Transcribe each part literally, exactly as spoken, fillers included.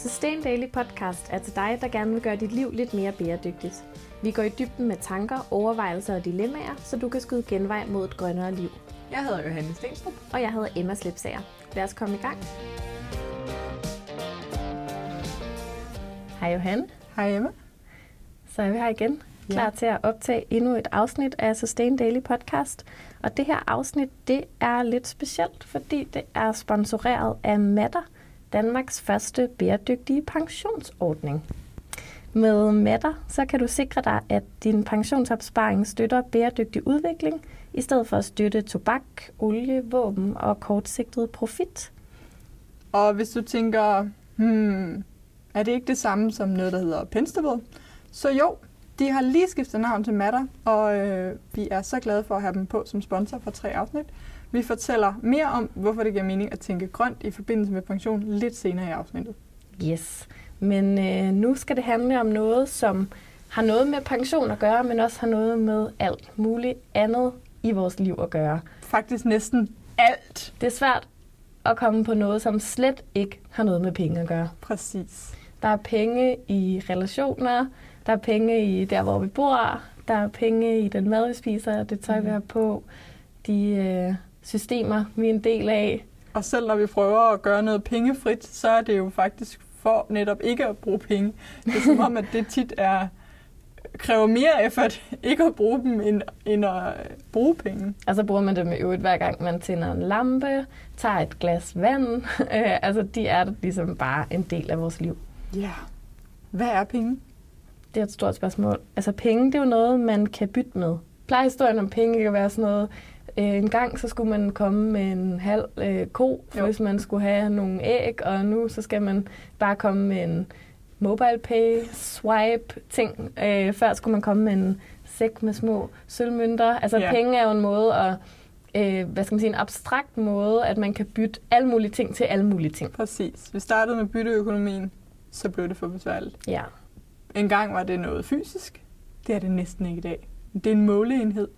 Sustain Daily Podcast er til dig, der gerne vil gøre dit liv lidt mere bæredygtigt. Vi går i dybden med tanker, overvejelser og dilemmaer, så du kan skyde genvej mod et grønnere liv. Jeg hedder Johanne Stenstrup. Og jeg hedder Emma Slipsager. Lad os komme i gang. Hej Johanne. Hej Emma. Så er vi her igen, klar ja. til at optage endnu et afsnit af Sustain Daily Podcast. Og det her afsnit, det er lidt specielt, fordi det er sponsoreret af Matter, Danmarks første bæredygtige pensionsordning. Med Matter, så kan du sikre dig, at din pensionsopsparing støtter bæredygtig udvikling, i stedet for at støtte tobak, olie, våben og kortsigtet profit. Og hvis du tænker, hmm, er det ikke det samme som noget, der hedder Penstable? Så jo, de har lige skiftet navn til Matter, og øh, vi er så glade for at have dem på som sponsor for tre afsnit. Vi fortæller mere om, hvorfor det giver mening at tænke grønt i forbindelse med pension lidt senere i afsnittet. Yes, men øh, nu skal det handle om noget, som har noget med pension at gøre, men også har noget med alt muligt andet i vores liv at gøre. Faktisk næsten alt. Det er svært at komme på noget, som slet ikke har noget med penge at gøre. Præcis. Der er penge i relationer, der er penge i der, hvor vi bor, der er penge i den mad, vi spiser, det tøj, mm. vi har på, de øh, systemer, vi er en del af. Og selv når vi prøver at gøre noget pengefrit, så er det jo faktisk for netop ikke at bruge penge. Det er som om, at det tit er, kræver mere effort ikke at bruge dem, end, end at bruge penge. Og så bruger man dem i øvrigt hver gang, man tænder en lampe, tager et glas vand. altså, de er ligesom bare en del af vores liv. Ja. Yeah. Hvad er penge? Det er et stort spørgsmål. Altså, penge, det er jo noget, man kan bytte med. Plejehistorien om penge kan være sådan noget. Øh, en gang, så skulle man komme med en halv øh, ko, hvis man skulle have nogle æg, og nu så skal man bare komme med en mobile pay, swipe ting. Øh, før skulle man komme med en sæk med små sølvmønter. Altså, yeah. penge er jo en måde at, øh, hvad skal man sige, en abstrakt måde, at man kan bytte alle mulige ting til alle mulige ting. Præcis. Vi startede med bytteøkonomien, så blev det for besværligt. Ja. En gang var det noget fysisk. Det er det næsten ikke i dag. Det er en måleenhed.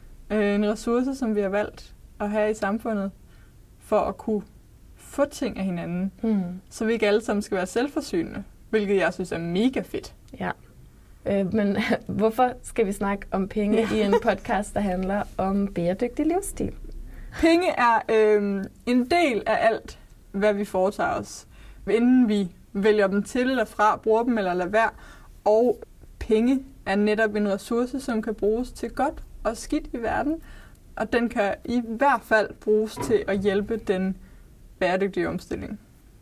En ressource, som vi har valgt at have i samfundet, for at kunne få ting af hinanden, hmm. så vi ikke alle sammen skal være selvforsynende, hvilket jeg synes er mega fedt. Ja, øh, men hvorfor skal vi snakke om penge ja. i en podcast, der handler om bæredygtig livsstil? Penge er øh, en del af alt, hvad vi foretager os, inden vi vælger dem til eller fra, bruger dem eller lader være. Og penge er netop en ressource, som kan bruges til godt og skidt i verden, og den kan i hvert fald bruges til at hjælpe den bæredygtige omstilling.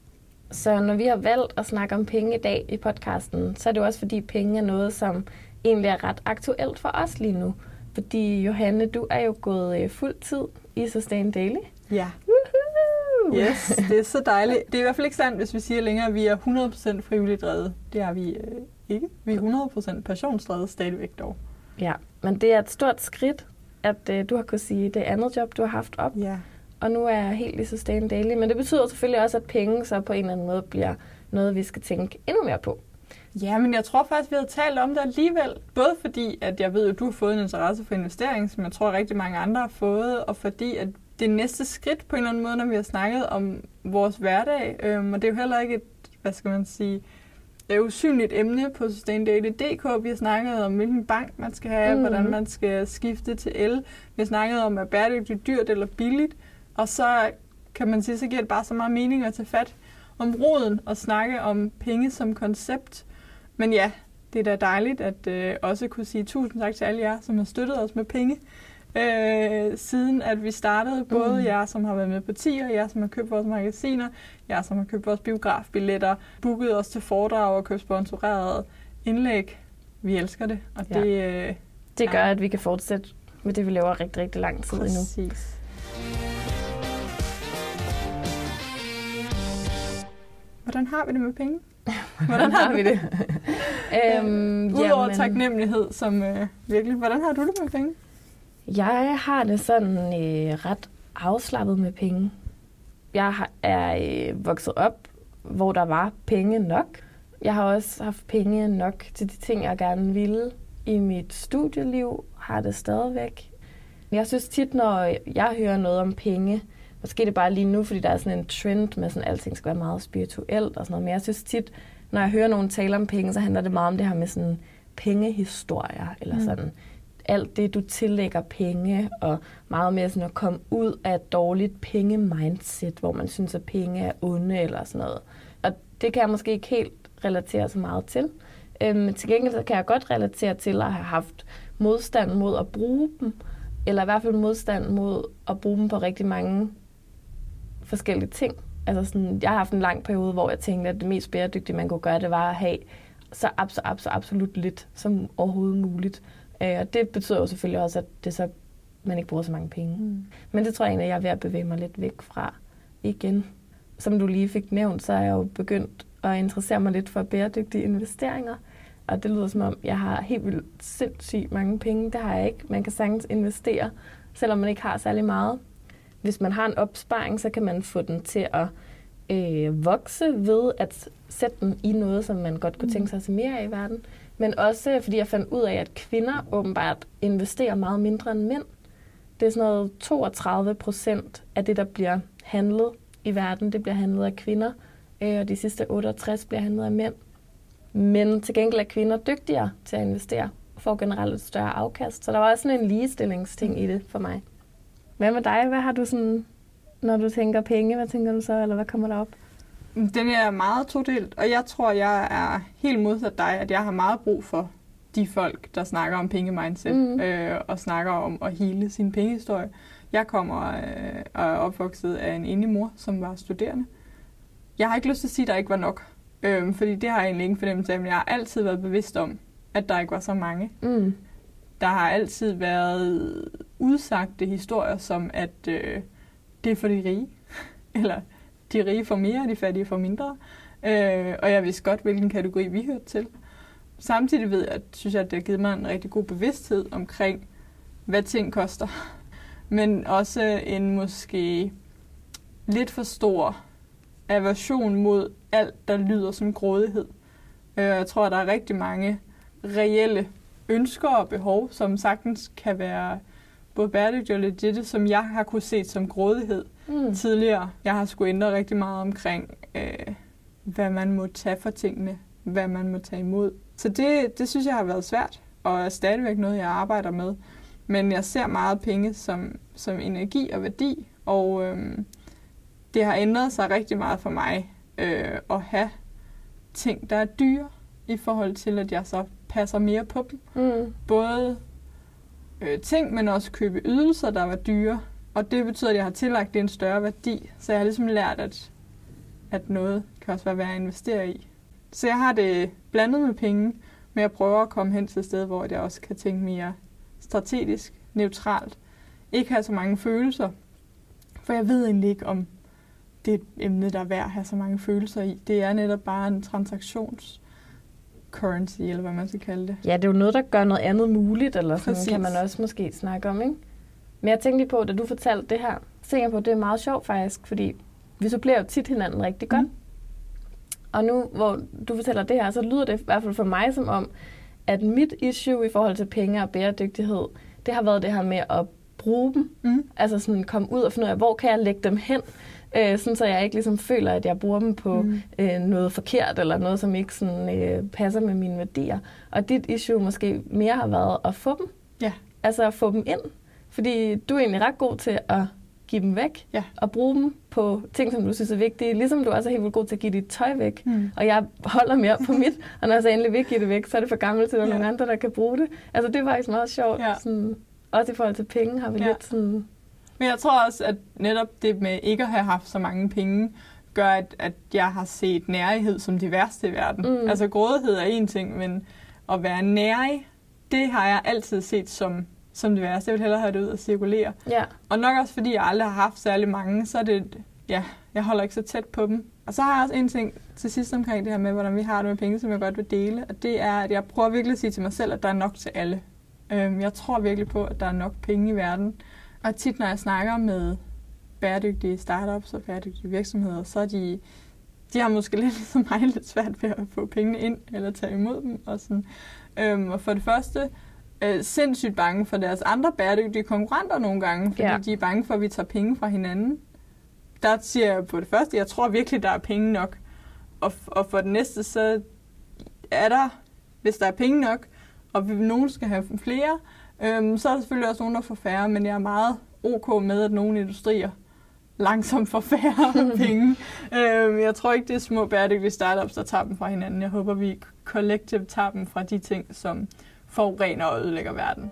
Så når vi har valgt at snakke om penge i dag i podcasten, så er det også fordi penge er noget, som egentlig er ret aktuelt for os lige nu. Fordi Johanne, du er jo gået fuld tid i Sustain Daily. Ja. Woohoo! Yes, det er så dejligt. Det er i hvert fald ikke sandt, hvis vi siger længere, at vi er hundrede procent frivilligt drevet. Det er vi øh, ikke. Vi er hundrede procent passionsdrevet stadigvæk dog. Ja, men det er et stort skridt, at øh, du har kunnet sige det andet job, du har haft op. Ja. Og nu er jeg helt i Sustain Daily. Men det betyder selvfølgelig også, at penge så på en eller anden måde bliver noget, vi skal tænke endnu mere på. Ja, men jeg tror faktisk, vi havde talt om det alligevel. Både fordi, at jeg ved, at du har fået en interesse for investering, som jeg tror rigtig mange andre har fået, og fordi, at det næste skridt på en eller anden måde, når vi har snakket om vores hverdag, øhm, og det er jo heller ikke et, hvad skal man sige, et usynligt emne på Sustain Daily punktum d k. Vi har snakket om, hvilken bank man skal have, mm. hvordan man skal skifte til el. Vi har snakket om, er bæredygtigt dyrt eller billigt. Og så kan man sige, så giver det bare så meget mening at tage fat om roden og snakke om penge som koncept. Men ja, det er da dejligt at øh, også kunne sige tusind tak til alle jer, som har støttet os med penge. Øh, siden at vi startede, både mm. jer, som har været med på tier, jer, som har købt vores magasiner, jer, som har købt vores biografbilletter, booket os til foredrag og købt sponsoreret indlæg. Vi elsker det, og ja. det... Øh, det gør, at vi kan fortsætte med det, vi laver rigtig, rigtig lang tid endnu. Præcis. Hvordan har vi det med penge? Hvordan har vi det? øhm, Udover jamen, taknemmelighed, som øh, virkelig. Hvordan har du det med penge? Jeg har det sådan øh, ret afslappet med penge. Jeg har, er øh, vokset op, hvor der var penge nok. Jeg har også haft penge nok til de ting, jeg gerne ville. I mit studieliv har det stadigvæk. Jeg synes tit, når jeg hører noget om penge, Måske er det bare lige nu, fordi der er sådan en trend med, sådan, at alting skal være meget spirituelt og sådan noget. Men jeg synes tit, når jeg hører nogen tale om penge, så handler det meget om det her med sådan pengehistorier, eller mm. sådan alt det, du tillægger penge, og meget mere sådan at komme ud af et dårligt penge-mindset, hvor man synes, at penge er onde, eller sådan noget. Og det kan jeg måske ikke helt relatere så meget til. Øhm, til gengæld kan jeg godt relatere til at have haft modstand mod at bruge dem, eller i hvert fald modstand mod at bruge dem på rigtig mange forskellige ting. Altså sådan, jeg har haft en lang periode, hvor jeg tænkte, at det mest bæredygtige, man kunne gøre, det var at have så absolut, absolut, absolut lidt som overhovedet muligt. Øh, og det betyder jo selvfølgelig også, at det så, man ikke bruger så mange penge. Mm. Men det tror jeg egentlig, jeg er ved at bevæge mig lidt væk fra igen. Som du lige fik nævnt, så er jeg jo begyndt at interessere mig lidt for bæredygtige investeringer. Og det lyder som om, jeg har helt vildt sindssygt mange penge. Det har jeg ikke. Man kan sagtens investere, selvom man ikke har særlig meget. Hvis man har en opsparing, så kan man få den til at øh, vokse ved at sætte den i noget, som man godt kunne tænke sig at se mere af i verden. Men også fordi jeg fandt ud af, at kvinder åbenbart investerer meget mindre end mænd. Det er sådan noget toogtredive procent af det, der bliver handlet i verden, det bliver handlet af kvinder. Øh, og de sidste otteogtres bliver handlet af mænd. Men til gengæld er kvinder dygtigere til at investere og får generelt et større afkast. Så der var også sådan en ligestillingsting i det for mig. Hvad med dig? Hvad har du sådan, når du tænker penge, hvad tænker du så, eller hvad kommer der op? Den er meget todelt, og jeg tror, jeg er helt modsat dig, at jeg har meget brug for de folk, der snakker om penge-mindset, mm. øh, og snakker om at hele sin pengehistorie. Jeg kommer øh, og er opvokset af en enlig mor, som var studerende. Jeg har ikke lyst til at sige, at der ikke var nok, øh, fordi det har jeg egentlig ingen fornemmelse af, men jeg har altid været bevidst om, at der ikke var så mange. Mm. Der har altid været udsagte historier, som at øh, det er for de rige, eller de rige får mere, og de fattige får mindre. Øh, og jeg vidste godt, hvilken kategori vi hørte til. Samtidig ved jeg, at, synes jeg, at det har givet mig en rigtig god bevidsthed omkring, hvad ting koster. Men også en måske lidt for stor aversion mod alt, der lyder som grådighed. Øh, jeg tror, at der er rigtig mange reelle ønsker og behov, som sagtens kan være både bæredygtige og legit, som jeg har kunne set som grådighed mm. tidligere. Jeg har skulle ændre rigtig meget omkring, øh, hvad man må tage for tingene, hvad man må tage imod. Så det, det synes jeg har været svært, og er stadigvæk noget, jeg arbejder med. Men jeg ser meget penge som, som energi og værdi, og øh, det har ændret sig rigtig meget for mig øh, at have ting, der er dyre, i forhold til, at jeg så passer mere på dem. Mm. Både øh, ting, men også købe ydelser, der var dyre. Og det betyder, at jeg har tillagt det en større værdi. Så jeg har ligesom lært, at, at noget kan også være værd at investere i. Så jeg har det blandet med penge, men jeg prøver at komme hen til et sted, hvor jeg også kan tænke mere strategisk, neutralt. Ikke have så mange følelser. For jeg ved egentlig ikke, om det er et emne, der er værd at have så mange følelser i. Det er netop bare en transaktions currency, eller hvad man skal kalde det. Ja, det er jo noget, der gør noget andet muligt, eller sådan Præcis. Kan man også måske snakke om, ikke? Men jeg tænkte lige på, da du fortalte det her, så tænker jeg på, at det er meget sjovt faktisk, fordi vi supplerer jo tit hinanden rigtig godt. Mm. Og nu, hvor du fortæller det her, så lyder det i hvert fald for mig som om, at mit issue i forhold til penge og bæredygtighed, det har været det her med at bruge dem. Mm. Altså sådan komme ud og finde ud af, hvor kan jeg lægge dem hen? Øh, sådan så jeg ikke ligesom føler, at jeg bruger dem på mm. øh, noget forkert, eller noget, som ikke sådan, øh, passer med mine værdier. Og dit issue måske mere har været at få dem. Ja. Altså at få dem ind. Fordi du er egentlig ret god til at give dem væk, ja. Og bruge dem på ting, som du synes er vigtige. Ligesom du også er helt vildt god til at give dit tøj væk. Mm. Og jeg holder mere på mit, og når jeg så endelig vil give det væk, så er det for gammelt til, at der er ja. Nogle andre, der kan bruge det. Altså det er faktisk meget sjovt. Ja. Sådan, også i forhold til penge har vi ja. Lidt sådan... Men jeg tror også, at netop det med ikke at have haft så mange penge, gør, at, at jeg har set nærighed som det værste i verden. Mm. Altså grådighed er en ting, men at være nærig, det har jeg altid set som, som det værste. Jeg vil hellere have det ud at cirkulere. Ja. Og nok også fordi jeg aldrig har haft særlig mange, så er det, ja, jeg holder ikke så tæt på dem. Og så har jeg også en ting til sidst omkring det her med, hvordan vi har det med penge, som jeg godt vil dele. Og det er, at jeg prøver virkelig at sige til mig selv, at der er nok til alle. Jeg tror virkelig på, at der er nok penge i verden. Og tit, når jeg snakker med bæredygtige startups og bæredygtige virksomheder, så er de, de har måske lidt ligesom mig lidt svært ved at få pengene ind eller tage imod dem. Og, sådan. Øhm, og for det første, øh, sindssygt bange for deres andre bæredygtige konkurrenter nogle gange, fordi ja. De er bange for, at vi tager penge fra hinanden. der siger jeg på det første, jeg tror virkelig, der er penge nok. Og, og for det næste, så er der, hvis der er penge nok, og vi nogen skal have flere, øhm, så er der selvfølgelig også nogen, der får færre, men jeg er meget ok med, at nogle industrier langsomt får færre penge. Øhm, jeg tror ikke, det er små bæredygtige startups, der tager dem fra hinanden. Jeg håber, vi kollektivt tager dem fra de ting, som forurener og ødelægger verden.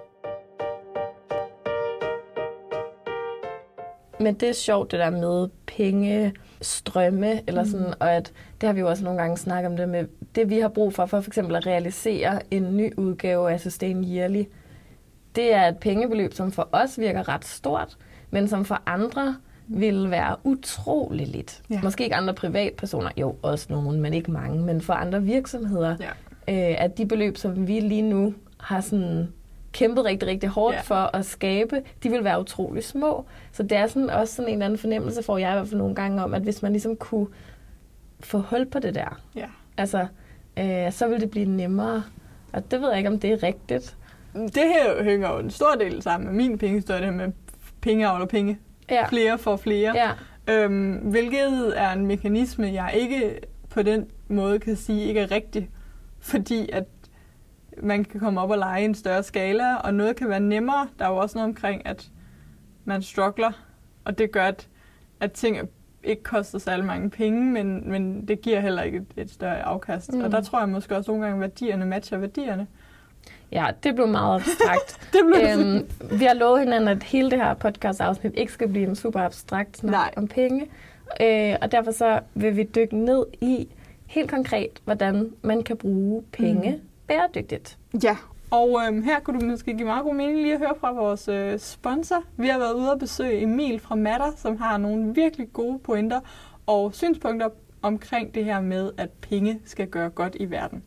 Men det er sjovt, det der med pengestrømme, eller sådan, mm. og at det har vi jo også nogle gange snakket om det med, det vi har brug for, for for eksempel at realisere en ny udgave af Sustain Yearly, det er et pengebeløb, som for os virker ret stort, men som for andre vil være utrolig lidt. Ja. Måske ikke andre privatpersoner, jo også nogen, men ikke mange, men for andre virksomheder, ja. øh, at de beløb, som vi lige nu har sådan kæmpet rigtig, rigtig hårdt ja. for at skabe, de vil være utrolig små. Så det er sådan også sådan en eller anden fornemmelse, får jeg i hvert fald nogle gange om, at hvis man ligesom kunne få hul på det der, ja. altså, øh, så vil det blive nemmere. Og det ved jeg ikke, om det er rigtigt. Det her hænger jo en stor del sammen med min pengehistorie, det her med penge og penge. Ja. Flere for flere. Ja. Øhm, hvilket er en mekanisme, jeg ikke på den måde kan sige ikke er rigtig. Fordi at man kan komme op og lege i en større skala, og noget kan være nemmere. Der er jo også noget omkring, at man struggler, og det gør, at, at ting ikke koster særlig mange penge, men, men det giver heller ikke et, et større afkast. Mm. Og der tror jeg måske også nogle gange, at værdierne matcher værdierne. Ja, det blev meget abstrakt. det blev øhm, vi har lovet hinanden, at hele det her podcast-afsnit ikke skal blive en super abstrakt snak Nej. om penge. Øh, og derfor så vil vi dykke ned i helt konkret, hvordan man kan bruge penge mm. bæredygtigt. Ja, og øhm, her kunne du måske give meget god mening lige at høre fra vores øh, sponsor. Vi har været ude at besøge Emil fra Matter, som har nogle virkelig gode pointer og synspunkter omkring det her med, at penge skal gøre godt i verden.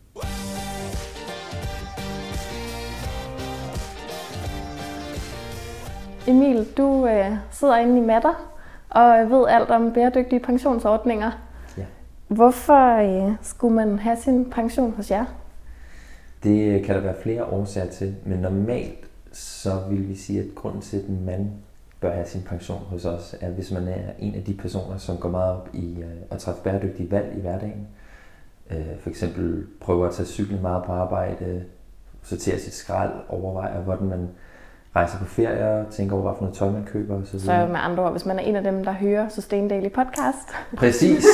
Emil, du øh, sidder inde i Matter og ved alt om bæredygtige pensionsordninger. Ja. Hvorfor øh, skulle man have sin pension hos jer? Det kan der være flere årsager til, men normalt så vil vi sige, at grunden til, at man bør have sin pension hos os, er, hvis man er en af de personer, som går meget op i øh, at træffe bæredygtige valg i hverdagen. Øh, for eksempel prøver at tage cyklen meget på arbejde, sortere sit skrald, overvejer, hvordan man rejser på ferie, tænker over, hvad for noget tøj man køber osv. Så med andre ord, hvis man er en af dem, der hører Sustain Daily podcast. Præcis.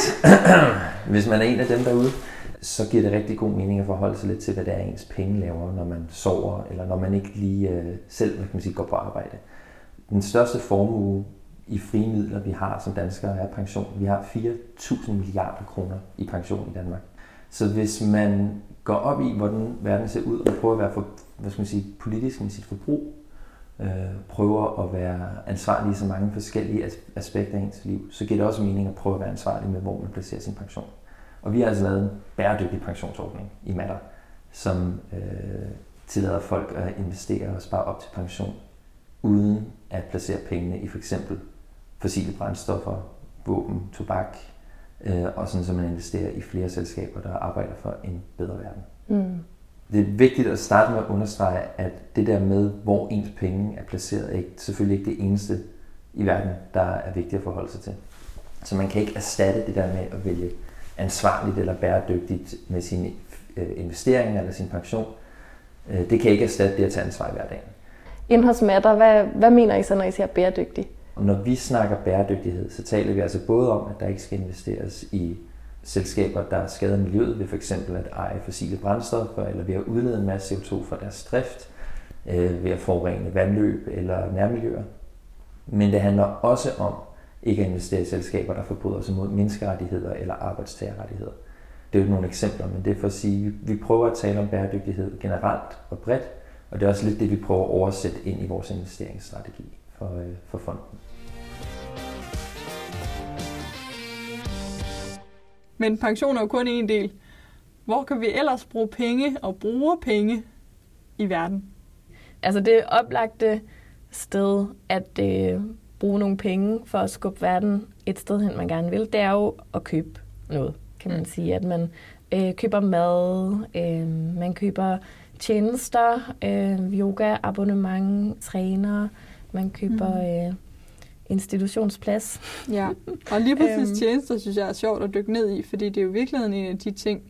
Hvis man er en af dem derude, så giver det rigtig god mening at forholde sig lidt til, hvad det er ens penge laver, når man sover, eller når man ikke lige øh, selv hvad kan man sige, går på arbejde. Den største formue i frie midler, vi har som danskere, er pension. Vi har fire tusind milliarder kroner i pension i Danmark. Så hvis man går op i, hvordan verden ser ud, og prøver at være for, hvad skal man sige, politisk med sit forbrug, øh, prøver at være ansvarlig i så mange forskellige aspekter af ens liv, så giver det også mening at prøve at være ansvarlig med, hvor man placerer sin pension. Og vi har altså lavet en bæredygtig pensionsordning i Matter, som øh, tillader folk at investere og spare op til pension, uden at placere pengene i f.eks. fossile brændstoffer, våben, tobak, øh, og sådan, så man investerer i flere selskaber, der arbejder for en bedre verden. Mm. Det er vigtigt at starte med at understrege, at det der med, hvor ens penge er placeret, er selvfølgelig ikke det eneste i verden, der er vigtigt at forholde sig til. Så man kan ikke erstatte det der med at vælge ansvarligt eller bæredygtigt med sine investeringer eller sin pension. Det kan ikke erstatte det at tage ansvar i hverdagen. Inden hos Matter, hvad, hvad mener I så, når I siger bæredygtig? Når vi snakker bæredygtighed, så taler vi altså både om, at der ikke skal investeres i selskaber, der skader miljøet, ved for eksempel at eje fossile brændstoffer, eller ved at udlede en masse C O to fra deres drift, ved at forurene vandløb eller nærmiljøer. Men det handler også om ikke at investere i selskaber, der forbryder sig mod menneskerettigheder eller arbejdstagerrettigheder. Det er jo nogle eksempler, men det er for at sige, at vi prøver at tale om bæredygtighed generelt og bredt, og det er også lidt det, vi prøver at oversætte ind i vores investeringsstrategi for, for fonden. Men pension er jo kun en del. Hvor kan vi ellers bruge penge og bruge penge i verden? Altså det oplagte sted at øh, bruge nogle penge for at skubbe verden et sted hen, man gerne vil, det er jo at købe noget, kan man sige. At man øh, køber mad, øh, man køber tjenester, øh, yoga, abonnement, træner, man køber øh, institutionsplads. Ja, og lige præcis tjenester, synes jeg er sjovt at dykke ned i, fordi det er jo virkelig en af de ting,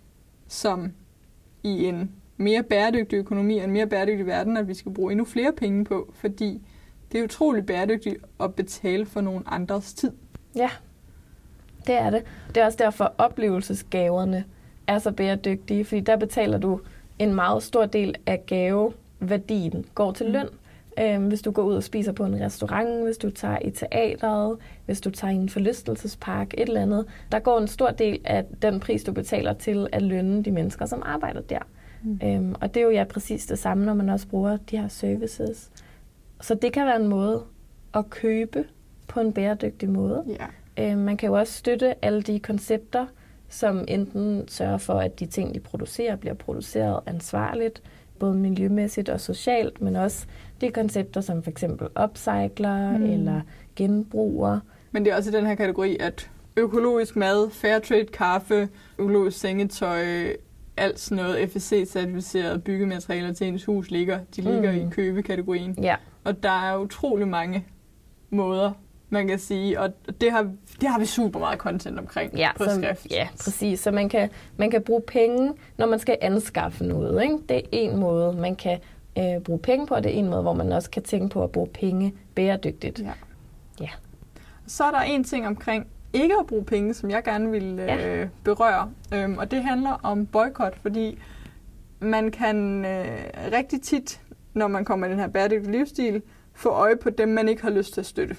som i en mere bæredygtig økonomi og en mere bæredygtig verden, at vi skal bruge endnu flere penge på, fordi det er utroligt bæredygtigt at betale for nogen andres tid. Ja, det er det. Det er også derfor, oplevelsesgaverne er så bæredygtige, fordi der betaler du en meget stor del af gaveværdien går til løn. Øhm, hvis du går ud og spiser på en restaurant, hvis du tager i teateret, hvis du tager i en forlystelsespark, et eller andet. Der går en stor del af den pris, du betaler til at lønne de mennesker, som arbejder der. Mm. Øhm, og det er jo ja præcis det samme, når man også bruger de her services. Så det kan være en måde at købe på en bæredygtig måde. Yeah. Øhm, man kan jo også støtte alle de koncepter, som enten sørger for, at de ting, de producerer, bliver produceret ansvarligt, både miljømæssigt og socialt, men også de koncepter, som for eksempel upcycler mm. eller genbruger. Men det er også i den her kategori, at økologisk mad, fairtrade kaffe, økologisk sengetøj, alt sådan noget F S C-certificerede byggematerialer til ens hus ligger. De ligger mm. i købekategorien. Ja. Og der er utrolig mange måder, man kan sige, og det har, det har vi super meget content omkring ja, på så, skrift. Ja, præcis. Så man kan, man kan bruge penge, når man skal anskaffe noget. Ikke? Det er en måde, man kan øh, bruge penge på, og det er en måde, hvor man også kan tænke på at bruge penge bæredygtigt. Ja. Ja. Så er der en ting omkring ikke at bruge penge, som jeg gerne vil øh, ja. berøre, øhm, og det handler om boykot, fordi man kan øh, rigtig tit, når man kommer i den her bæredygtige livsstil, få øje på dem, man ikke har lyst til at støtte.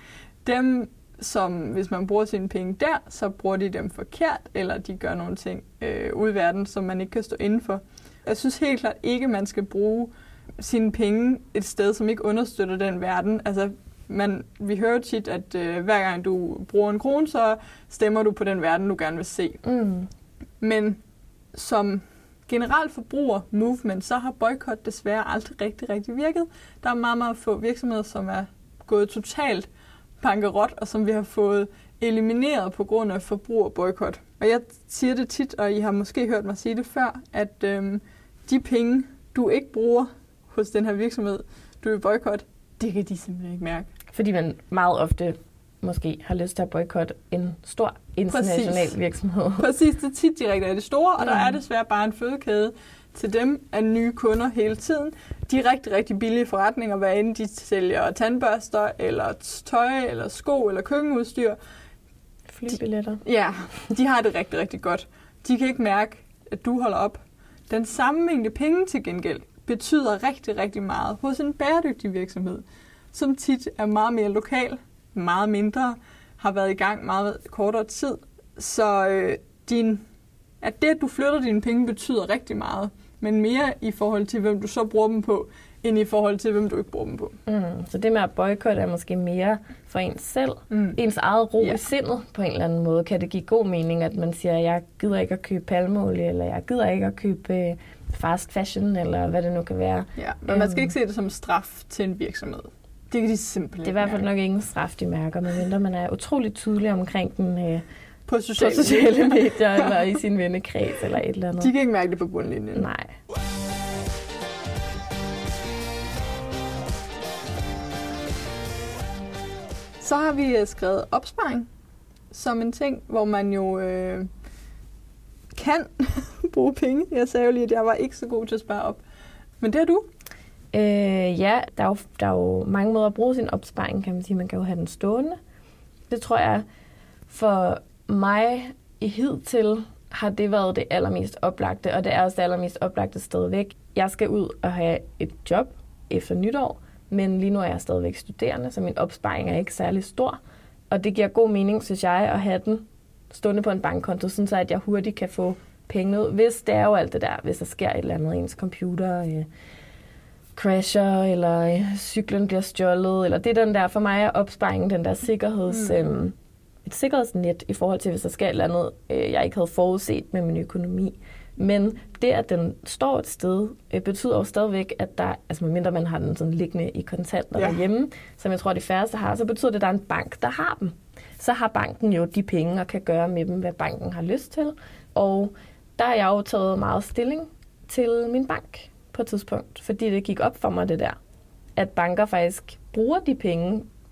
Dem, som hvis man bruger sine penge der, så bruger de dem forkert, eller de gør nogle ting øh, ude i verden, som man ikke kan stå inden for. Jeg synes helt klart ikke, man skal bruge sine penge et sted, som ikke understøtter den verden. Altså, man, vi hører tit, at øh, hver gang du bruger en krone, så stemmer du på den verden, du gerne vil se. Mm. Men som generelt forbruger movement, så har boykot desværre aldrig rigtig, rigtig virket. Der er meget, meget få virksomheder, som er gået totalt bankerot, og som vi har fået elimineret på grund af forbrugerboykot. Og jeg siger det tit, og I har måske hørt mig sige det før, at øhm, de penge, du ikke bruger hos den her virksomhed, du vil boykotte, det kan de simpelthen ikke mærke. Fordi man meget ofte måske har lyst til at boykotte en stor international Præcis. virksomhed. Præcis, det er tit de rigtig er det store, og mm. der er desværre bare en fødekæde til dem af nye kunder hele tiden. De er rigtig, rigtig billige forretninger, hvad end de sælger tandbørster, eller tøj, eller sko, eller køkkenudstyr. Flybilletter. De, ja, de har det rigtig, rigtig godt. De kan ikke mærke, at du holder op. Den samme mængde penge til gengæld betyder rigtig, rigtig meget hos en bæredygtig virksomhed, som tit er meget mere lokal, meget mindre, har været i gang meget kortere tid. Så øh, din, at det, at du flytter dine penge, betyder rigtig meget, men mere i forhold til, hvem du så bruger dem på, end i forhold til, hvem du ikke bruger dem på. Mm, så det med at boykotte er måske mere for ens selv. Mm. Ens eget ro ja. i sindet på en eller anden måde. Kan det give god mening, at man siger, jeg gider ikke at købe palmeolie, eller jeg gider ikke at købe fast fashion, eller hvad det nu kan være. Ja, men um, man skal ikke se det som straf til en virksomhed. Det kan de simpelthen Det er i hvert fald nok ingen straf, de mærker, medmindre man er utroligt tydelig omkring den øh, på sociale, på sociale medier, eller i sin vennekreds, eller et eller andet. De kan ikke mærke det på bundlinjen. Nej. Så har vi skrevet opsparing som en ting, hvor man jo øh, kan bruge penge. Jeg sagde jo lige, at jeg var ikke så god til at spare op. Men det er du. Øh, ja, der er, jo, der er jo mange måder at bruge sin opsparing, kan man sige. Man kan jo have den stående. Det tror jeg, for mig i hidtil har det været det allermest oplagte, og det er også det allermest oplagte stadigvæk. Jeg skal ud og have et job efter nytår, men lige nu er jeg stadigvæk studerende, så min opsparing er ikke særlig stor. Og det giver god mening, synes jeg, at have den stående på en bankkonto, sådan så at jeg hurtigt kan få penge ud. Hvis det er jo alt det der, hvis der sker et eller andet, ens computer øh, crasher, eller øh, cyklen bliver stjålet, eller det er den der, for mig er opsparingen den der sikkerheds, mm. øh, et sikkerhedsnet i forhold til, hvis der sker et eller andet, øh, jeg ikke havde forudset med min økonomi. Men det, at den står et sted, øh, betyder jo stadigvæk, at der, altså medmindre man har den sådan liggende i kontanter ja. derhjemme, som jeg tror, de færreste har, så betyder det, at der er en bank, der har dem. Så har banken jo de penge og kan gøre med dem, hvad banken har lyst til. Og der har jeg jo taget meget stilling til min bank på et tidspunkt, fordi det gik op for mig det der, at banker faktisk bruger de penge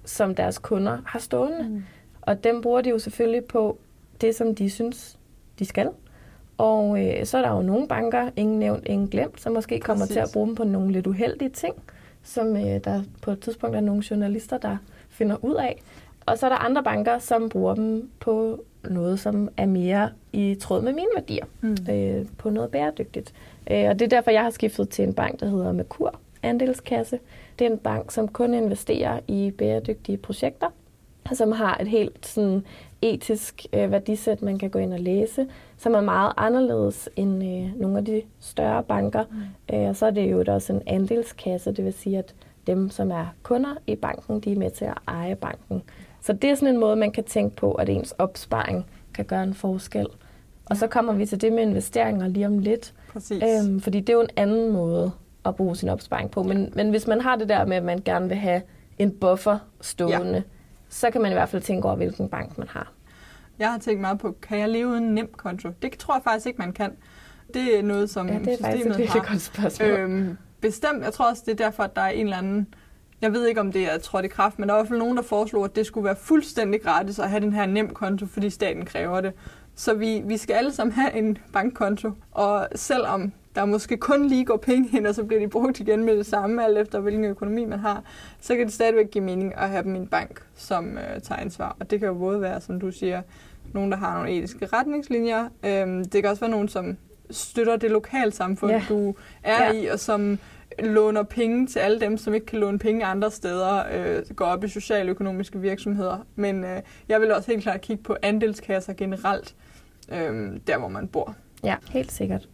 som deres kunder har stående. Mm. Og dem bruger de jo selvfølgelig på det, som de synes, de skal. Og øh, så er der jo nogle banker, ingen nævnt, ingen glemt, som måske kommer Præcis. til at bruge dem på nogle lidt uheldige ting, som øh, der på et tidspunkt er nogle journalister, der finder ud af. Og så er der andre banker, som bruger dem på noget, som er mere i tråd med mine værdier, mm. øh, på noget bæredygtigt. Øh, og det er derfor, jeg har skiftet til en bank, der hedder Merkur Andelskasse. Det er en bank, som kun investerer i bæredygtige projekter, som har et helt sådan, etisk øh, værdisæt, man kan gå ind og læse, som er meget anderledes end øh, nogle af de større banker. Mm. Øh, og så er det jo også en andelskasse, det vil sige, at dem, som er kunder i banken, de er med til at eje banken. Så det er sådan en måde, man kan tænke på, at ens opsparing kan gøre en forskel. Og så kommer vi til det med investeringer lige om lidt. Præcis. Øhm, fordi det er jo en anden måde at bruge sin opsparing på. Men, men hvis man har det der med, at man gerne vil have en buffer stående, ja. så kan man i hvert fald tænke over, hvilken bank man har. Jeg har tænkt meget på, kan jeg leve uden nem konto? Det tror jeg faktisk ikke, man kan. Det er noget, som ja, det er systemet faktisk et har. godt spørgsmål. Øhm, bestemt. Jeg tror også, det er derfor, at der er en eller anden... Jeg ved ikke, om det er trådt i kraft, men der er i hvert fald nogen, der foreslår, at det skulle være fuldstændig gratis at have den her nem konto, fordi staten kræver det. Så vi, vi skal alle sammen have en bankkonto, og selvom der måske kun lige går penge ind, og så bliver de brugt igen med det samme, alt efter hvilken økonomi man har, så kan det stadigvæk give mening at have dem i en bank, som øh, tager ansvar. Og det kan jo både være, som du siger, nogen, der har nogle etiske retningslinjer. Øhm, det kan også være nogen, som støtter det lokalsamfund, ja. du er ja. i, og som låner penge til alle dem, som ikke kan låne penge andre steder, øh, går op i socialøkonomiske virksomheder. Men øh, jeg vil også helt klart kigge på andelskasser generelt, øh, der hvor man bor. Ja, helt sikkert.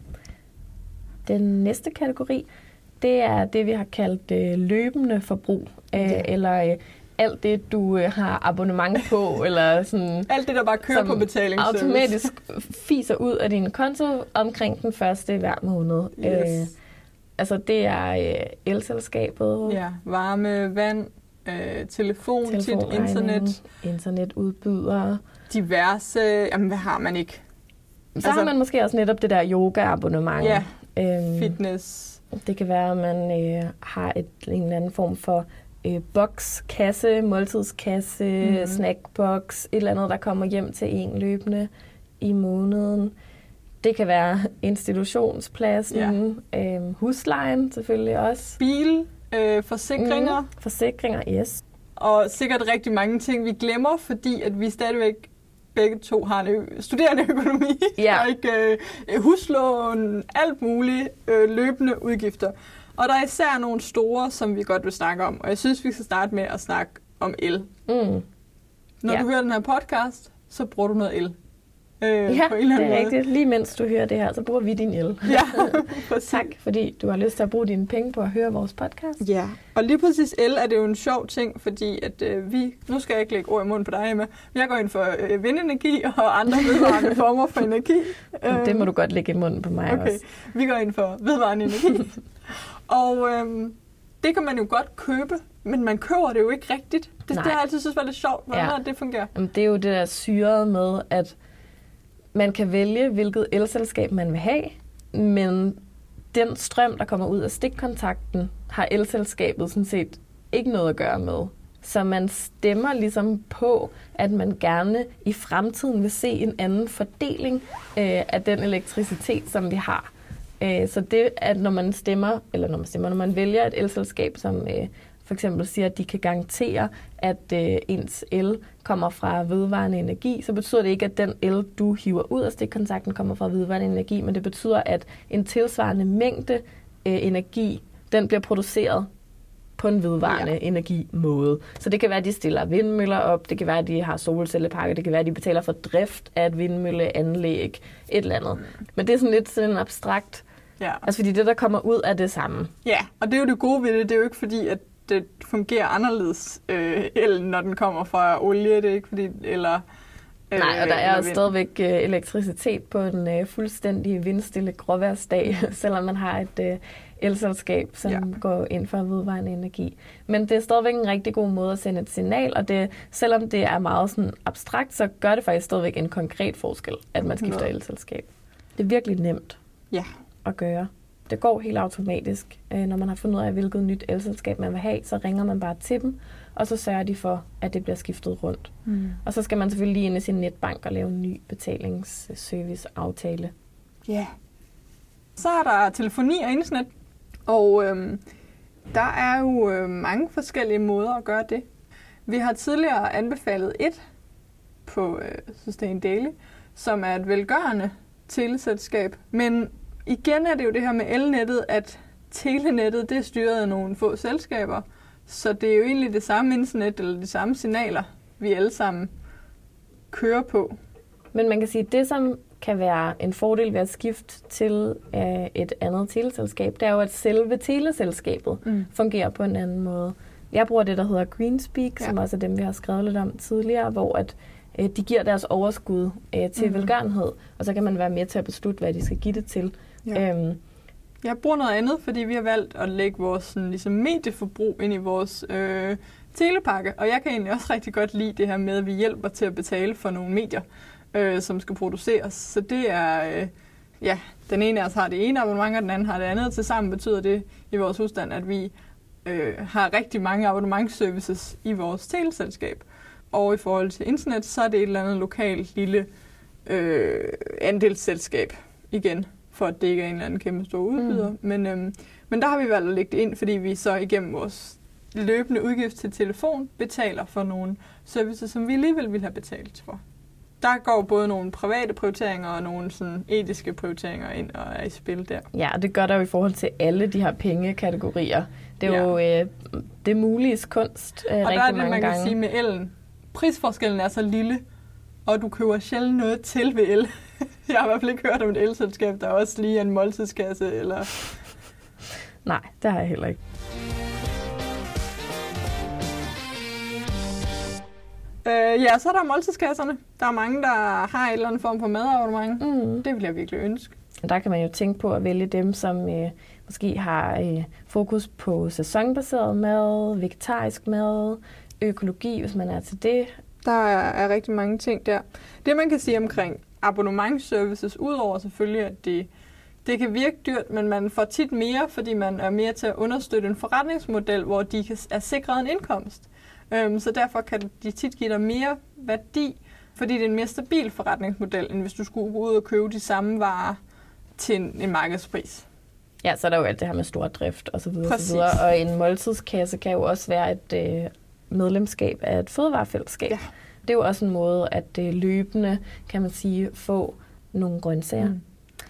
Den næste kategori, det er det, vi har kaldt øh, løbende forbrug, øh, ja. eller øh, alt det, du øh, har abonnement på, eller sådan... Alt det, der bare kører på betalingsservice. Automatisk fiser ud af din konto omkring den første hver måned. Yes. Øh, altså, det er øh, elselskabet. Ja, varme, vand, øh, telefon, tit internet. Internetudbydere. Diverse... Jamen, hvad har man ikke? Så altså, har man måske også netop det der yoga-abonnement. Ja, øhm, fitness. Det kan være, at man øh, har et, en eller anden form for øh, boks, kasse, måltidskasse, mm-hmm. snackbox, et eller andet, der kommer hjem til en løbende i måneden. Det kan være institutionspladsen, ja. øh, huslejen selvfølgelig også. Bil, øh, forsikringer. Mm, forsikringer, yes. Og sikkert rigtig mange ting, vi glemmer, fordi at vi stadigvæk begge to har en ø- studerende økonomi, ja. og ikke øh, huslån, alt muligt øh, løbende udgifter. Og der er især nogle store, som vi godt vil snakke om, og jeg synes, vi skal starte med at snakke om el. Mm. Når ja. du hører den her podcast, så bruger du noget el. Øh, ja, på en eller anden det er måde. rigtigt. Lige mens du hører det her, så bruger vi din el. Ja, præcis. Tak, fordi du har lyst til at bruge dine penge på at høre vores podcast. Ja, og lige præcis el er det jo en sjov ting, fordi at øh, vi, nu skal jeg ikke lægge ord i munden på dig, Emma, jeg går ind for øh, vindenergi og andre vedvarende former for energi. Det må du godt lægge i munden på mig okay. også. Vi går ind for vedvarende energi. og øh, det kan man jo godt købe, men man køber det jo ikke rigtigt. Det, det har jeg altid synes var lidt sjovt, hvordan ja. det fungerer. Jamen, det er jo det der syret med, at man kan vælge, hvilket elselskab man vil have, men den strøm, der kommer ud af stikkontakten, har elselskabet sådan set ikke noget at gøre med. Så man stemmer ligesom på, at man gerne i fremtiden vil se en anden fordeling øh, af den elektricitet, som vi har. Øh, så det, at når man stemmer, eller når man stemmer, når man vælger et elselskab, som øh, for eksempel siger, at de kan garantere, at øh, ens el kommer fra vedvarende energi, så betyder det ikke, at den el, du hiver ud af stikkontakten, kommer fra vedvarende energi, men det betyder, at en tilsvarende mængde øh, energi, den bliver produceret på en vedvarende ja. energimåde. Så det kan være, at de stiller vindmøller op, det kan være, at de har solcelleparker, det kan være, at de betaler for drift af et vindmølleanlæg, et eller andet. Men det er sådan lidt sådan en abstrakt, ja. altså fordi det, der kommer ud af det samme. Ja, og det er jo det gode ved det, det er jo ikke fordi, at det fungerer anderledes øh, el, når den kommer fra olie, det er ikke fordi, eller... Øh, Nej, og der er jo stadigvæk øh, elektricitet på en øh, fuldstændig vindstille gråværsdag, selvom man har et øh, elselskab, som ja. går ind for vedvarende energi. Men det er stadigvæk en rigtig god måde at sende et signal, og det, selvom det er meget sådan abstrakt, så gør det faktisk stadigvæk en konkret forskel, at man skifter elselskab. Det er virkelig nemt ja. at gøre. Det går helt automatisk. Øh, når man har fundet ud af, hvilket nyt elselskab man vil have, så ringer man bare til dem, og så sørger de for, at det bliver skiftet rundt. Mm. Og så skal man selvfølgelig lige ind i sin netbank og lave en ny betalingsservice-aftale. Ja. Yeah. Så er der telefoni og internet, og øhm, der er jo øh, mange forskellige måder at gøre det. Vi har tidligere anbefalet et på øh, Sustain Daily, som er et velgørende teleselskab. Men igen er det jo det her med elnettet, at telenettet det er styret af nogle få selskaber. Så det er jo egentlig det samme internet eller de samme signaler, vi alle sammen kører på. Men man kan sige, at det, som kan være en fordel ved at skifte til øh, et andet teleselskab, det er jo, at selve teleselskabet mm. fungerer på en anden måde. Jeg bruger det, der hedder Greenspeak, ja. som også er dem, vi har skrevet lidt om tidligere, hvor at, øh, de giver deres overskud øh, til mm. velgørenhed, og så kan man være med til at beslutte, hvad de skal give det til. Ja. Øhm, Jeg bruger noget andet, fordi vi har valgt at lægge vores sådan, ligesom medieforbrug ind i vores øh, telepakke, og jeg kan egentlig også rigtig godt lide det her med, at vi hjælper til at betale for nogle medier, øh, som skal produceres. Så det er, øh, ja, den ene af os har det ene abonnement, og den anden har det andet. Tilsammen betyder det i vores husstand, at vi øh, har rigtig mange abonnementsservices i vores teleselskab. Og i forhold til internet, så er det et eller andet lokalt lille øh, andelsselskab igen, for at det ikke er en eller anden kæmpe stor udbyder. Mm. Men, øhm, men der har vi valgt at lægge det ind, fordi vi så igennem vores løbende udgift til telefon betaler for nogle services, som vi alligevel ville have betalt for. Der går både nogle private prioriteringer og nogle sådan etiske prioriteringer ind og er i spil der. Ja, og det gør der jo i forhold til alle de her pengekategorier. Det er ja. jo øh, det muliges kunst øh, rigtig mange gange. Og der er det, man gange. kan sige med ellen. Prisforskellen er så lille, og du køber sjældent noget til ved el. Jeg har i hvert fald ikke hørt om et elselskab, der også lige er en måltidskasse, eller... Nej, det har jeg heller ikke. Øh, ja, så er der måltidskasserne. Der er mange, der har en eller anden form for madabonnement. Mm. Det vil jeg virkelig ønske. Der kan man jo tænke på at vælge dem, som øh, måske har øh, fokus på sæsonbaseret mad, vegetarisk mad, økologi, hvis man er til det. Der er, er rigtig mange ting der. Det, man kan sige omkring abonnementsservices, udover selvfølgelig, at det, det kan virke dyrt, men man får tit mere, fordi man er mere til at understøtte en forretningsmodel, hvor de er sikret en indkomst. Øhm, så derfor kan de tit give dig mere værdi, fordi det er en mere stabil forretningsmodel, end hvis du skulle gå ud og købe de samme varer til en, en markedspris. Ja, så er der jo alt det her med stordrift og så videre, og så videre. Og en måltidskasse kan jo også være et øh, medlemskab af et fødevarefællesskab. Ja. Det er jo også en måde at øh, løbende, kan man sige, få nogle grøntsager. Mm.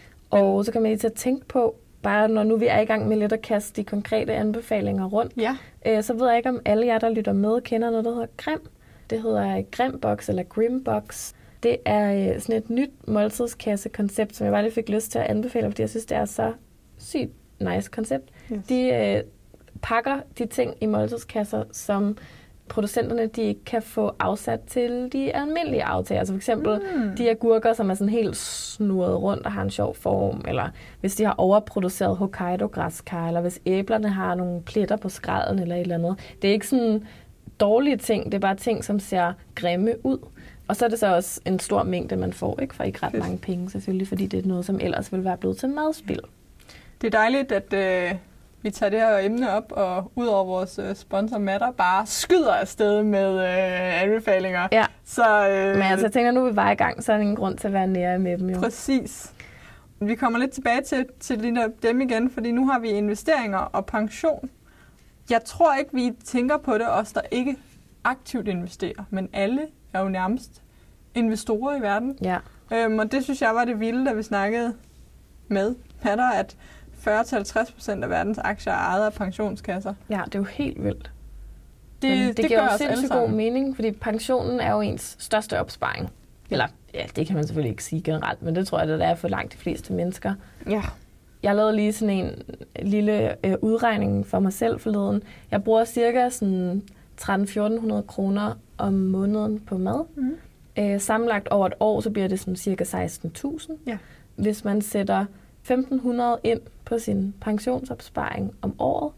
Og så kan man lige til at tænke på, bare når nu vi er i gang med lidt at kaste de konkrete anbefalinger rundt, ja. øh, så ved jeg ikke, om alle jer, der lytter med, kender noget, der hedder Grim. Det hedder Grimbox eller Grimbox. Det er øh, sådan et nyt måltidskasse-koncept, som jeg bare lige fik lyst til at anbefale, fordi jeg synes, det er så sygt nice koncept. Yes. De øh, pakker de ting i måltidskasser, som producenterne de ikke kan få afsat til de almindelige aftager. Altså for eksempel mm. de agurker, som er sådan helt snurret rundt og har en sjov form, eller hvis de har overproduceret Hokkaido-græskar, eller hvis æblerne har nogle pletter på skralden eller et eller andet. Det er ikke sådan dårlige ting, det er bare ting, som ser grimme ud. Og så er det så også en stor mængde, man får, ikke? For ikke ret mange penge selvfølgelig, fordi det er noget, som ellers ville være blevet til madspil. Det er dejligt, at øh, vi tager det her emne op, og ud over vores øh, sponsor Matter, bare skyder afsted med øh, anbefalinger. Ja, så, øh, men altså, jeg tænker, nu er vi bare i gang, så er der ingen grund til at være nære med dem jo. Præcis. Vi kommer lidt tilbage til, til dem igen, fordi nu har vi investeringer og pension. Jeg tror ikke, vi tænker på det, os der ikke aktivt investerer, men alle er jo nærmest investorer i verden. Ja. Øhm, og det synes jeg var det vilde, da vi snakkede med Matter, at fyrre til halvtreds procent af verdens aktier er ejet af pensionskasser. Ja, det er jo helt vildt. Det, det, det giver jo sindssygt god mening, fordi pensionen er jo ens største opsparing. Eller, ja, det kan man selvfølgelig ikke sige generelt, men det tror jeg, det er for langt de fleste mennesker. Ja. Jeg lavede lige sådan en lille øh, udregning for mig selv forleden. Jeg bruger cirka sådan tretten til fjorten hundrede kroner om måneden på mad. Mm. Øh, sammenlagt over et år, så bliver det sådan cirka seksten tusind. Ja. Hvis man sætter femten hundrede ind på sin pensionsopsparing om året,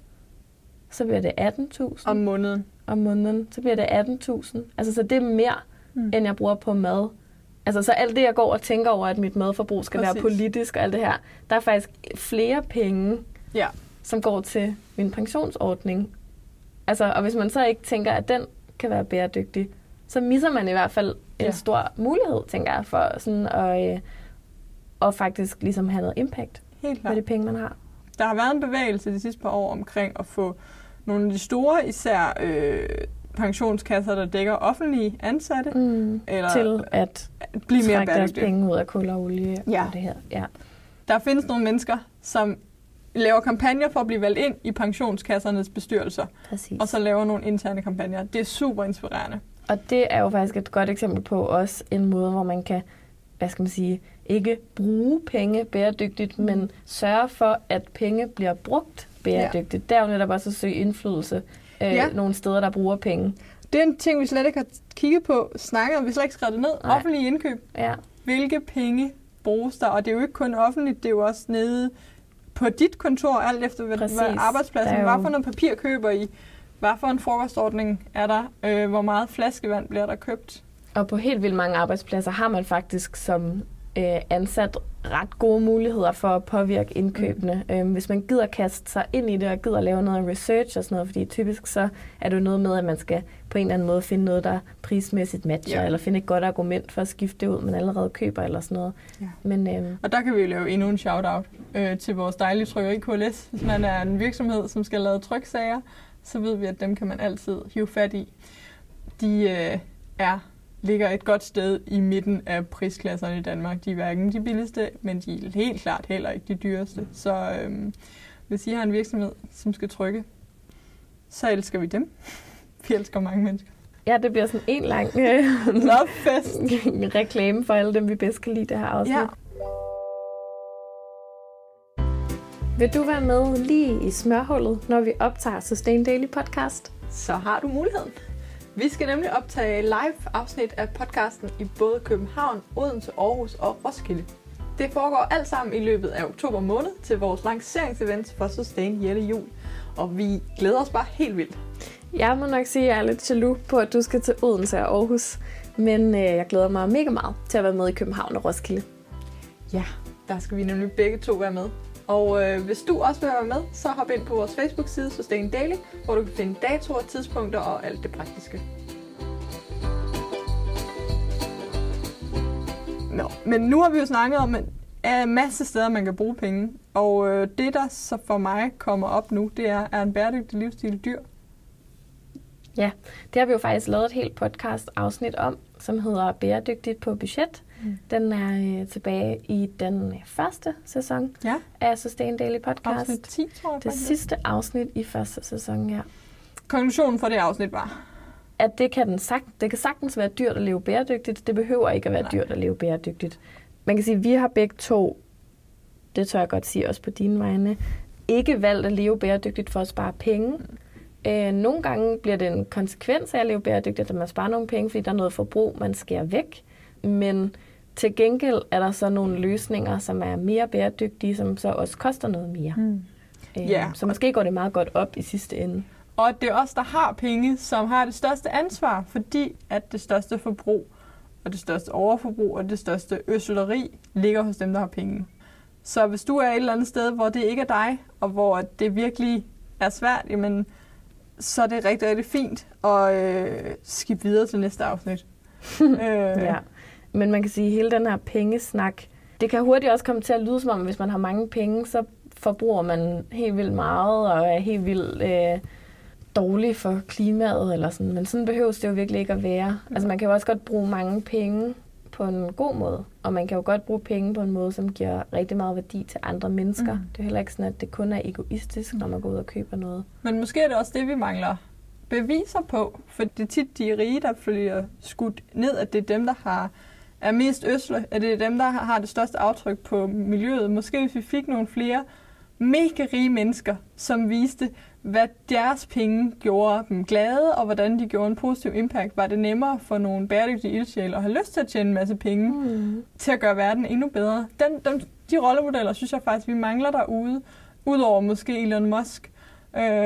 så bliver det atten tusind. Om måneden. Om måneden, så bliver det atten tusind. Altså, så det er mere, mm. end jeg bruger på mad Altså, så alt det, jeg går og tænker over, at mit madforbrug skal Præcis. være politisk og alt det her, der er faktisk flere penge, ja. som går til min pensionsordning. Altså, og hvis man så ikke tænker, at den kan være bæredygtig, så misser man i hvert fald en ja. stor mulighed, tænker jeg, for sådan at, øh, at faktisk ligesom have noget impact på de penge, man har. Der har været en bevægelse de sidste par år omkring at få nogle af de store, især øh, pensionskasser, der dækker offentlige ansatte, mm, eller til at blive mere trække deres penge ud af kul og olie ja. og det her. Ja. Der findes nogle mennesker, som laver kampagner for at blive valgt ind i pensionskassernes bestyrelser, Præcis. og så laver nogle interne kampagner. Det er super inspirerende. Og det er jo faktisk et godt eksempel på også en måde, hvor man kan, hvad skal man sige, ikke bruge penge bæredygtigt, mm. men sørge for, at penge bliver brugt bæredygtigt. Ja. Det er jo netop også at søge indflydelse øh, ja. nogle steder, der bruger penge. Det er en ting, vi slet ikke har kigget på, snakket om, vi slet ikke skrevet det ned. Nej. Offentlige indkøb. Ja. Hvilke penge bruges der? Og det er jo ikke kun offentligt, det er jo også nede på dit kontor, alt efter hvad, hvad arbejdspladsen. Hvad for noget papir køber I? Hvad for en frokostordning er der? Øh, hvor meget flaskevand bliver der købt? Og på helt vildt mange arbejdspladser har man faktisk som øh, ansat ret gode muligheder for at påvirke indkøbene. Mm. Øh, hvis man gider kaste sig ind i det og gider lave noget research og sådan noget, fordi typisk så er det jo noget med, at man skal på en eller anden måde finde noget, der prismæssigt matcher, ja. eller finde et godt argument for at skifte det ud, man allerede køber eller sådan noget. Ja. Men, øh, og der kan vi jo lave endnu en shout-out øh, til vores dejlige trykkeri K L S. Hvis man er en virksomhed, som skal lave tryksager, så ved vi, at dem kan man altid hive fat i. De øh, er, ligger et godt sted i midten af prisklasserne i Danmark. De er hverken de billigste, men de er helt klart heller ikke de dyreste. Så øh, hvis I har en virksomhed, som skal trykke, så elsker vi dem. Vi elsker mange mennesker. Ja, det bliver sådan en lang øh, fest. reklame for alle dem, vi bedst kan lide det her afsnit. Ja. Vil du være med lige i smørhullet, når vi optager Sustain Daily Podcast? Så har du muligheden. Vi skal nemlig optage live afsnit af podcasten i både København, Odense, Aarhus og Roskilde. Det foregår alt sammen i løbet af oktober måned til vores lanceringsevent for Sustain Jette Jul. Og vi glæder os bare helt vildt. Jeg må nok sige, at jeg er lidt jaloux på, at du skal til Odense og Aarhus. Men øh, jeg glæder mig mega meget til at være med i København og Roskilde. Ja, der skal vi nemlig begge to være med. Og øh, hvis du også vil være med, så hop ind på vores Facebook-side Sustain Daily, hvor du kan finde datoer, tidspunkter og alt det praktiske. Nå, men nu har vi jo snakket om en masse steder, man kan bruge penge. Og øh, det, der så for mig kommer op nu, det er, er en bæredygtig livsstil dyr? Ja, det har vi jo faktisk lavet et helt podcast-afsnit om, som hedder Bæredygtigt på budget. Mm. Den er øh, tilbage i den øh, første sæson ja. af Sustain Daily Podcast. Afsnit ti, tror jeg. Det faktisk. sidste afsnit i første sæson, ja. Konklusionen for det afsnit var? At det kan, den sagt, det kan sagtens være dyrt at leve bæredygtigt. Det behøver ikke at være Nej. dyrt at leve bæredygtigt. Man kan sige, at vi har begge to, det tør jeg godt sige også på dine vegne, ikke valgt at leve bæredygtigt for at spare penge. Mm. Øh, nogle gange bliver det en konsekvens af at leve bæredygtigt, at man sparer nogle penge, fordi der er noget forbrug, man skærer væk. Men til gengæld er der så nogle løsninger, som er mere bæredygtige, som så også koster noget mere. Mm. Øh, yeah. Så måske går det meget godt op i sidste ende. Og det er os, der har penge, som har det største ansvar, fordi at det største forbrug, og det største overforbrug, og det største øsleri ligger hos dem, der har penge. Så hvis du er et eller andet sted, hvor det ikke er dig, og hvor det virkelig er svært, jamen, så er det rigtig, rigtig fint at øh, skifte videre til næste afsnit. øh. Ja, men man kan sige, at hele den her pengesnak, det kan hurtigt også komme til at lyde som om, hvis man har mange penge, så forbruger man helt vildt meget, og er helt vildt øh, dårlig for klimaet, eller sådan. Men sådan behøves det jo virkelig ikke at være. Altså man kan jo også godt bruge mange penge på en god måde, og man kan jo godt bruge penge på en måde, som giver rigtig meget værdi til andre mennesker. Mm. Det er heller ikke sådan, at det kun er egoistisk, når man går ud og køber noget. Men måske er det også det, vi mangler beviser på, for det er tit de rige, der bliver skudt ned, at det er dem, der har, er mest ødsle, at det er dem, der har det største aftryk på miljøet. Måske hvis vi fik nogle flere mega rige mennesker, som viste, hvad deres penge gjorde dem glade, og hvordan de gjorde en positiv impact. Var det nemmere for nogle bæredygtige ildsjæle at have lyst til at tjene en masse penge, mm. til at gøre verden endnu bedre. Den, den, de rollemodeller, synes jeg faktisk, vi mangler derude, udover måske Elon Musk. Øh,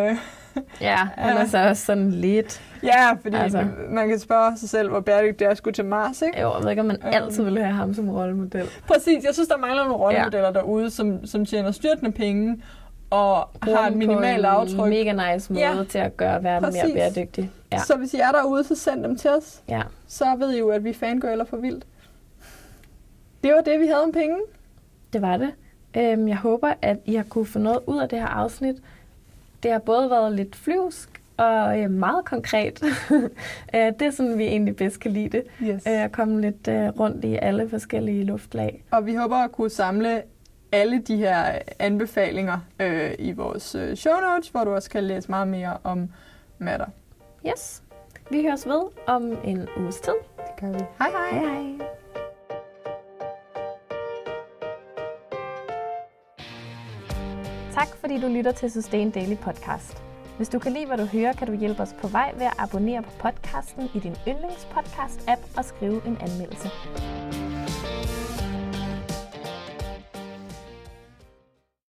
Ja, han er så også sådan lidt... Ja, fordi altså. man kan spørge sig selv, hvor bæredygtigt det er at skulle til Mars, ikke? Jo, jeg ved ikke, om man altid vil have ham som rollemodel. Præcis, jeg synes, der mangler nogle rollemodeller ja. derude, som, som tjener styrtende penge, og har et minimalt aftryk. En mega nice måde ja. til at gøre verden Præcis. mere bæredygtig. Ja. Så hvis I er derude, så send dem til os. Ja. Så ved I jo, at vi fangirler for vildt. Det var det, vi havde om penge. Det var det. Jeg håber, at I har kunne få noget ud af det her afsnit. Det har både været lidt flyvsk og meget konkret. Det er sådan, vi egentlig bedst kan lide det. Yes. At komme lidt rundt i alle forskellige luftlag. Og vi håber at kunne samle alle de her anbefalinger øh, i vores øh, show notes, hvor du også kan læse meget mere om matter. Yes. Vi høres ved om en uges tid. Det gør vi. Hej hej. Hej hej. Tak fordi du lytter til Sustain Daily Podcast. Hvis du kan lide, hvad du hører, kan du hjælpe os på vej ved at abonnere på podcasten i din yndlingspodcast-app og skrive en anmeldelse.